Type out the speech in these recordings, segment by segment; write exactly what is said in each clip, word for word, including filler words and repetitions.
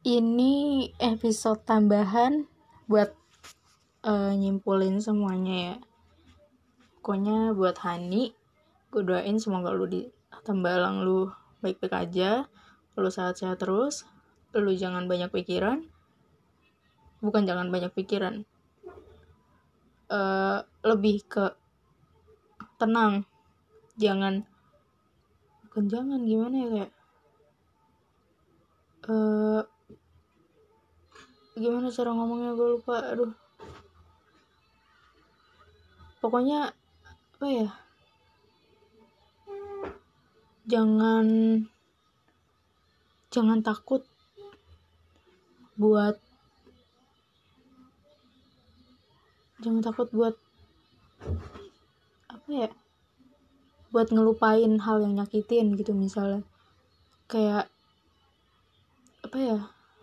Ini episode tambahan buat uh, nyimpulin semuanya ya. Pokoknya buat Hani, gue doain semoga lu di Tembalang lu baik-baik aja, lu sehat-sehat terus, lu jangan banyak pikiran. Bukan jangan banyak pikiran. Uh, lebih ke tenang. Jangan bukan jangan gimana ya kayak uh, gimana cara ngomongnya gue lupa. Aduh. Pokoknya apa ya? Jangan jangan takut buat jangan takut buat apa ya? Buat ngelupain hal yang nyakitin gitu misalnya. Kayak apa ya?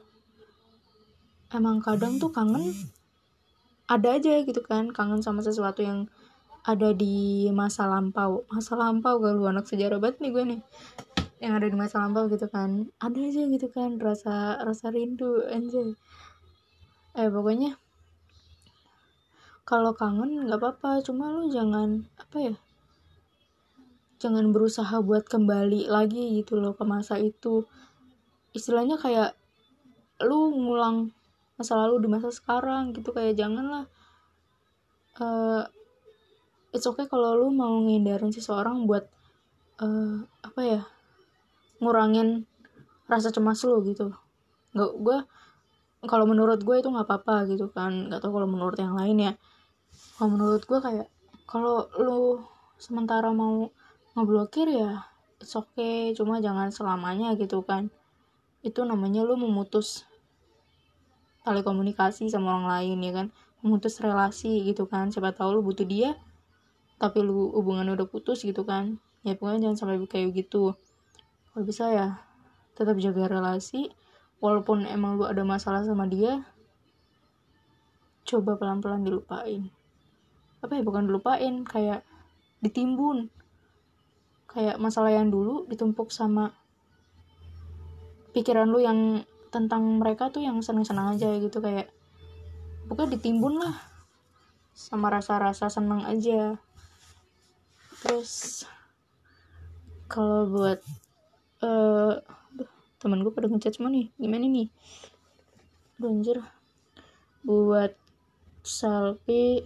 Emang kadang tuh kangen ada aja gitu kan, kangen sama sesuatu yang ada di masa lampau. Masa lampau gak lu, anak sejarah banget nih gue nih. Yang ada di masa lampau gitu kan. Ada aja gitu kan rasa rasa rindu anjay. Eh pokoknya kalau kangen nggak apa-apa, cuma lu jangan apa ya? Jangan berusaha buat kembali lagi gitu loh ke masa itu. Istilahnya kayak lu ngulang masa lalu di masa sekarang gitu, kayak janganlah. Uh, it's okay kalau lu mau ngindarin seseorang buat uh, apa ya? Ngurangin rasa cemas lu gitu. Nggak, gue kalau menurut gue itu nggak apa-apa gitu kan. Nggak tahu kalau menurut yang lain ya. Kalau menurut gue kayak kalau lu sementara mau ngeblokir ya it's okay, cuma jangan selamanya gitu kan. Itu namanya lu memutus tali komunikasi sama orang lain ya kan, memutus relasi gitu kan. Siapa tahu lu butuh dia tapi lu hubungannya udah putus gitu kan. Ya pokoknya jangan sampai kayak gitu. Kalau bisa ya tetap jaga relasi, walaupun emang lu ada masalah sama dia, coba pelan-pelan dilupain. Apa ya, bukan dilupain, kayak ditimbun. Kayak masalah yang dulu ditumpuk sama pikiran lu yang tentang mereka tuh yang senang-senang aja gitu, kayak pokoknya ditimbun lah sama rasa-rasa senang aja. Terus kalau buat uh, temen gue pada ngechat semua nih, gimana nih? Aduh anjir. Buat Selfie,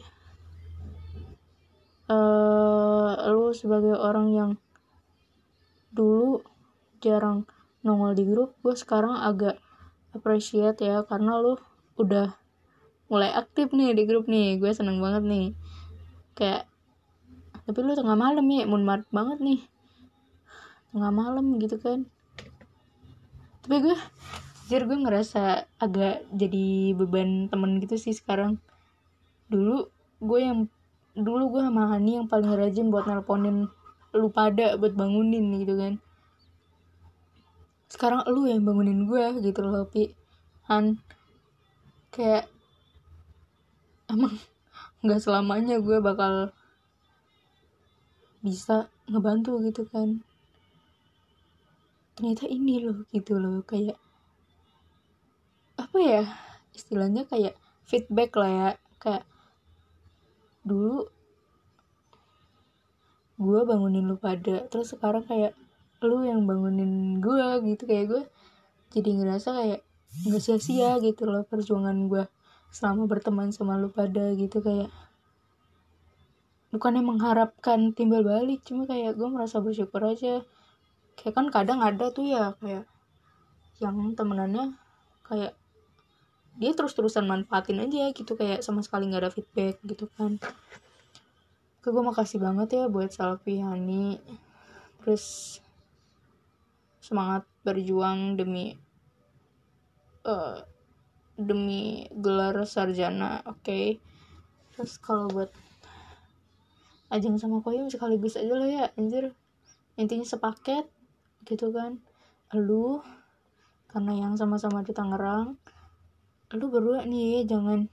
uh, lu sebagai orang yang dulu jarang nongol di grup, gue sekarang agak appreciate ya, karena lu udah mulai aktif nih di grup nih. Gue seneng banget nih. Kayak tapi lu tengah malam ya, mun maret banget nih tengah malam gitu kan. Tapi gue jujur gue ngerasa agak jadi beban temen gitu sih sekarang. Dulu gue yang dulu gue sama Hani yang paling rajin buat nelponin lu pada buat bangunin gitu kan. Sekarang lu yang bangunin gue gitu loh, Pi. Han, kayak emang nggak selamanya gue bakal bisa ngebantu gitu kan. Ternyata ini loh gitu loh, kayak apa ya istilahnya, kayak feedback lah ya. Kayak dulu gue bangunin lu pada, terus sekarang kayak lu yang bangunin gue gitu. Kayak gue jadi ngerasa kayak nggak sia-sia gitu loh perjuangan gue selama berteman sama lu pada gitu. Kayak bukannya mengharapkan timbal balik, cuma kayak gue merasa bersyukur aja. Kayak kan kadang ada tuh ya kayak yang temenannya kayak dia terus-terusan manfaatin aja gitu, kayak sama sekali nggak ada feedback gitu kan. Ke gue makasih banget ya buat Selfie, Hani, terus semangat berjuang demi uh, demi gelar sarjana, oke okay. Terus kalau buat Ajeng sama Koyum sekaligus aja lah ya anjir, intinya sepaket gitu kan. Lu karena yang sama-sama di Tangerang, lu berdua nih jangan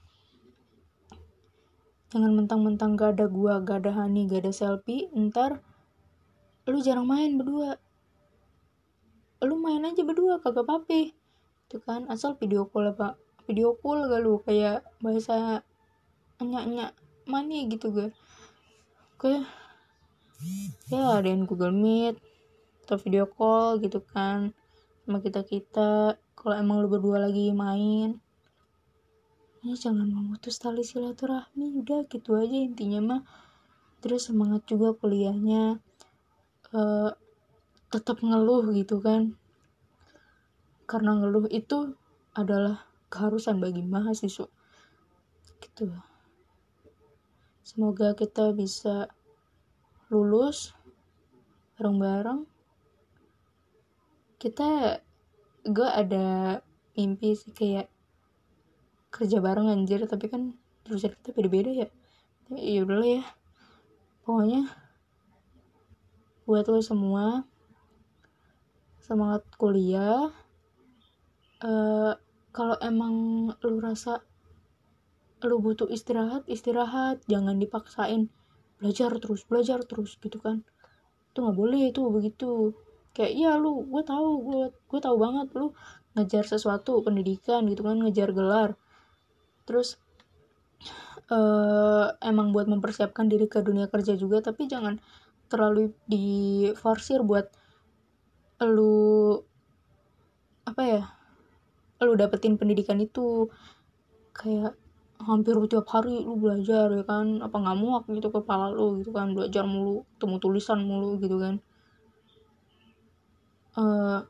jangan mentang-mentang gak ada gua, gak ada Hani, gak ada Selfie, ntar lu jarang main berdua. Lu main aja berdua kagak apa-apa, itu kan, asal video call apa video call gak lu kayak bahasa nyak-nyak mani gitu gue oke ya adain Google Meet atau video call gitu kan sama kita kita kalau emang lu berdua lagi main. Ya jangan memutus tali silaturahmi, udah gitu aja intinya mah. Terus semangat juga kuliahnya, uh, tetap ngeluh gitu kan, karena ngeluh itu adalah keharusan bagi mahasiswa gitu. Semoga kita bisa lulus bareng-bareng. Kita gue ada mimpi sih kayak kerja bareng anjir, tapi kan jurusan kita beda-beda ya. Ya udah lah ya, pokoknya buat lo semua semangat kuliah. Uh, kalau emang lu rasa lu butuh istirahat, istirahat, jangan dipaksain belajar terus, belajar terus gitu kan. Itu nggak boleh itu begitu. Kayak iya lu, gue tahu, gue gue tahu banget lu ngejar sesuatu pendidikan gitu kan, ngejar gelar. Terus uh, emang buat mempersiapkan diri ke dunia kerja juga, tapi jangan terlalu diforsir buat lu apa ya? Lu dapetin pendidikan itu kayak hampir tiap hari lu belajar ya kan, apa nggak muak gitu kepala lu gitu kan, belajar mulu, temu tulisan mulu gitu kan. Uh,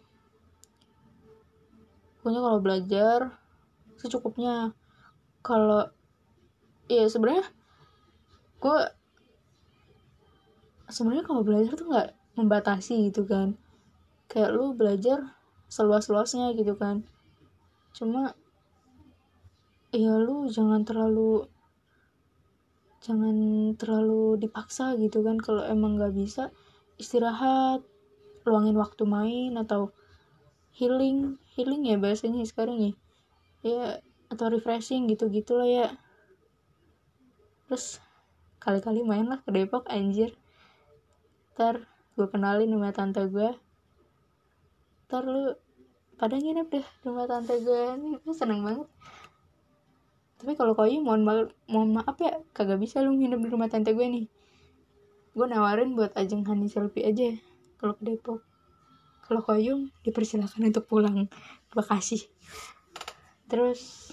pokoknya kalau belajar secukupnya. Kalau ya sebenarnya gue sebenarnya kalau belajar tuh nggak membatasi gitu kan, kayak lu belajar seluas-luasnya gitu kan, cuma ya lu jangan terlalu jangan terlalu dipaksa gitu kan. Kalau emang nggak bisa, istirahat, luangin waktu main atau healing healing ya bahasanya sekarang ya ya atau refreshing gitu gitulah ya. Terus kali-kali main lah ke Depok anjir, ntar gue kenalin sama tante gue, ntar lu pada nginep deh di rumah tante gue nih, gue seneng banget. Tapi kalau Koyu mohon, ma- mohon maaf ya, kagak bisa lu nginep di rumah tante gue nih. Gue nawarin buat ajeng honey selfie aja kalau ke Depok. Kalau Koyum dipersilakan untuk pulang ke Bekasi. Terus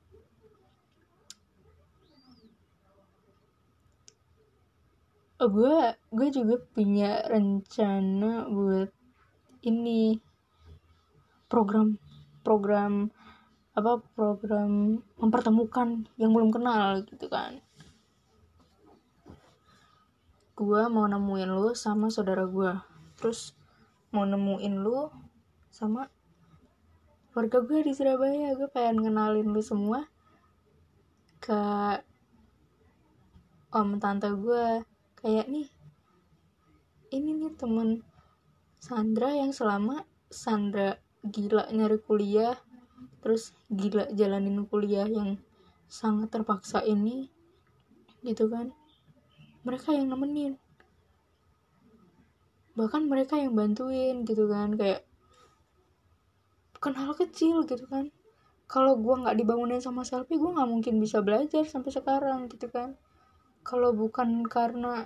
oh, gue gue juga punya rencana buat ini program program apa program mempertemukan yang belum kenal gitu kan. Gue mau nemuin lu sama saudara gue, terus mau nemuin lu sama keluarga gue di Surabaya. Gue pengen ngenalin lu semua ke om tante gue, kayak nih ini nih temen Sandra yang selama Sandra gila nyari kuliah, terus gila jalanin kuliah yang sangat terpaksa ini gitu kan, mereka yang nemenin, bahkan mereka yang bantuin gitu kan. Kayak bukan hal kecil gitu kan. Kalau gue nggak dibangunin sama Selfie, gue nggak mungkin bisa belajar sampai sekarang gitu kan. Kalau bukan karena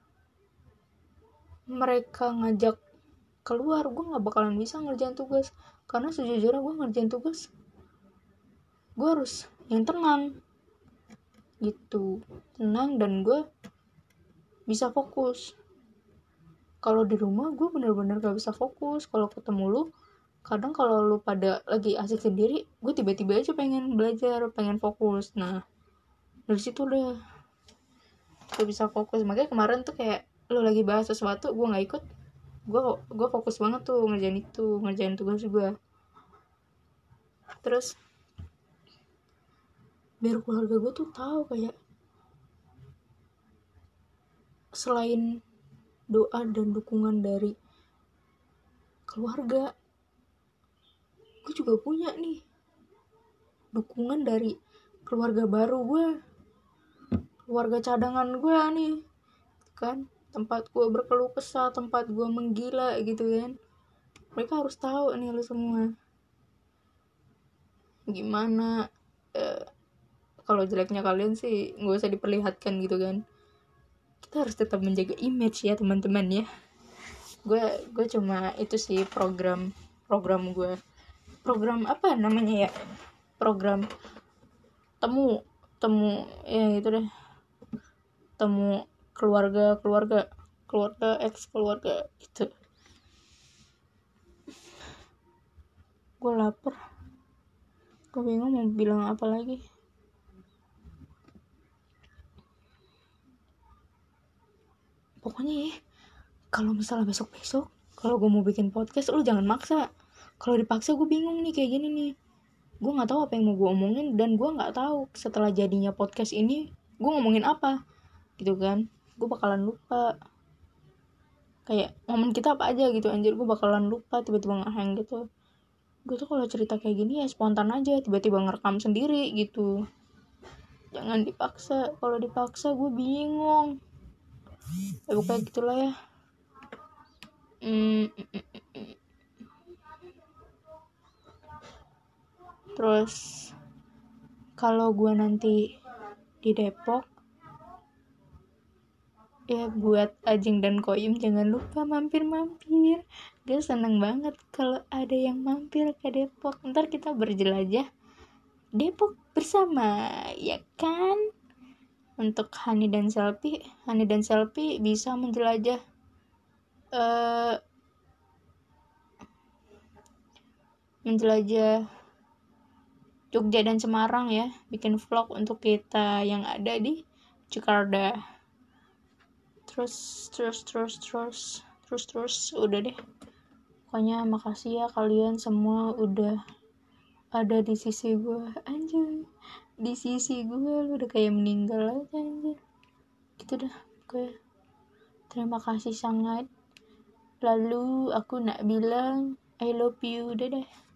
mereka ngajak keluar, gue nggak bakalan bisa ngerjain tugas. Karena sejujurnya gue ngerjain tugas, gue harus yang tenang gitu, tenang dan gue bisa fokus. Kalau di rumah gue bener-bener gak bisa fokus. Kalau ketemu lu, kadang kalau lu pada lagi asik sendiri, gue tiba-tiba aja pengen belajar, pengen fokus. Nah dari situ udah gue bisa fokus. Makanya kemarin tuh kayak lu lagi bahas sesuatu, gue nggak ikut, gue gue fokus banget tuh ngerjain itu, ngerjain tugas gue. Terus biar keluarga gue tuh tahu kayak selain doa dan dukungan dari keluarga, gue juga punya nih dukungan dari keluarga baru gue, keluarga cadangan gue nih kan, tempat gue berkeluh kesah, tempat gue menggila gitu kan. Mereka harus tahu nih lu semua. gimana. uh, Kalau jeleknya kalian sih nggak usah diperlihatkan gitu kan. Kita harus tetap menjaga image ya teman-teman ya. Gue gue cuma itu sih program program gue. Program apa namanya ya? Program temu temu ya itu deh. Temu keluarga keluarga keluarga ex keluarga gitu. Gue lapar. Gue bingung mau bilang apa lagi. Pokoknya ya, kalau misalnya besok-besok kalau gue mau bikin podcast, lu jangan maksa. Kalau dipaksa gue bingung nih kayak gini nih. Gue nggak tahu apa yang mau gue omongin, dan gue nggak tahu setelah jadinya podcast ini gue ngomongin apa, gitu kan. Gue bakalan lupa. Kayak momen kita apa aja gitu, anjir gue bakalan lupa, tiba-tiba ngehang gitu. Gue tuh kalau cerita kayak gini ya spontan aja, tiba-tiba ngerekam sendiri gitu. Jangan dipaksa. Kalau dipaksa gue bingung. Ya pokoknya gitulah ya. Hmm. Terus kalau gue nanti di Depok, ya buat Ajeng dan Koim jangan lupa mampir-mampir. Gue seneng banget kalau ada yang mampir ke Depok. Ntar kita berjelajah Depok bersama, ya kan? Untuk Hani dan Selfie, Hani dan Selfie bisa menjelajah uh, menjelajah Jogja dan Semarang ya, bikin vlog untuk kita yang ada di Jakarta. Terus terus terus terus terus terus udah deh. Pokoknya makasih ya kalian semua udah ada di sisi gue, anjir. Di sisi gue lu udah kayak meninggal aja, anjir. Gitu dah, gue terima kasih sangat. Lalu aku nak bilang I love you, udah deh.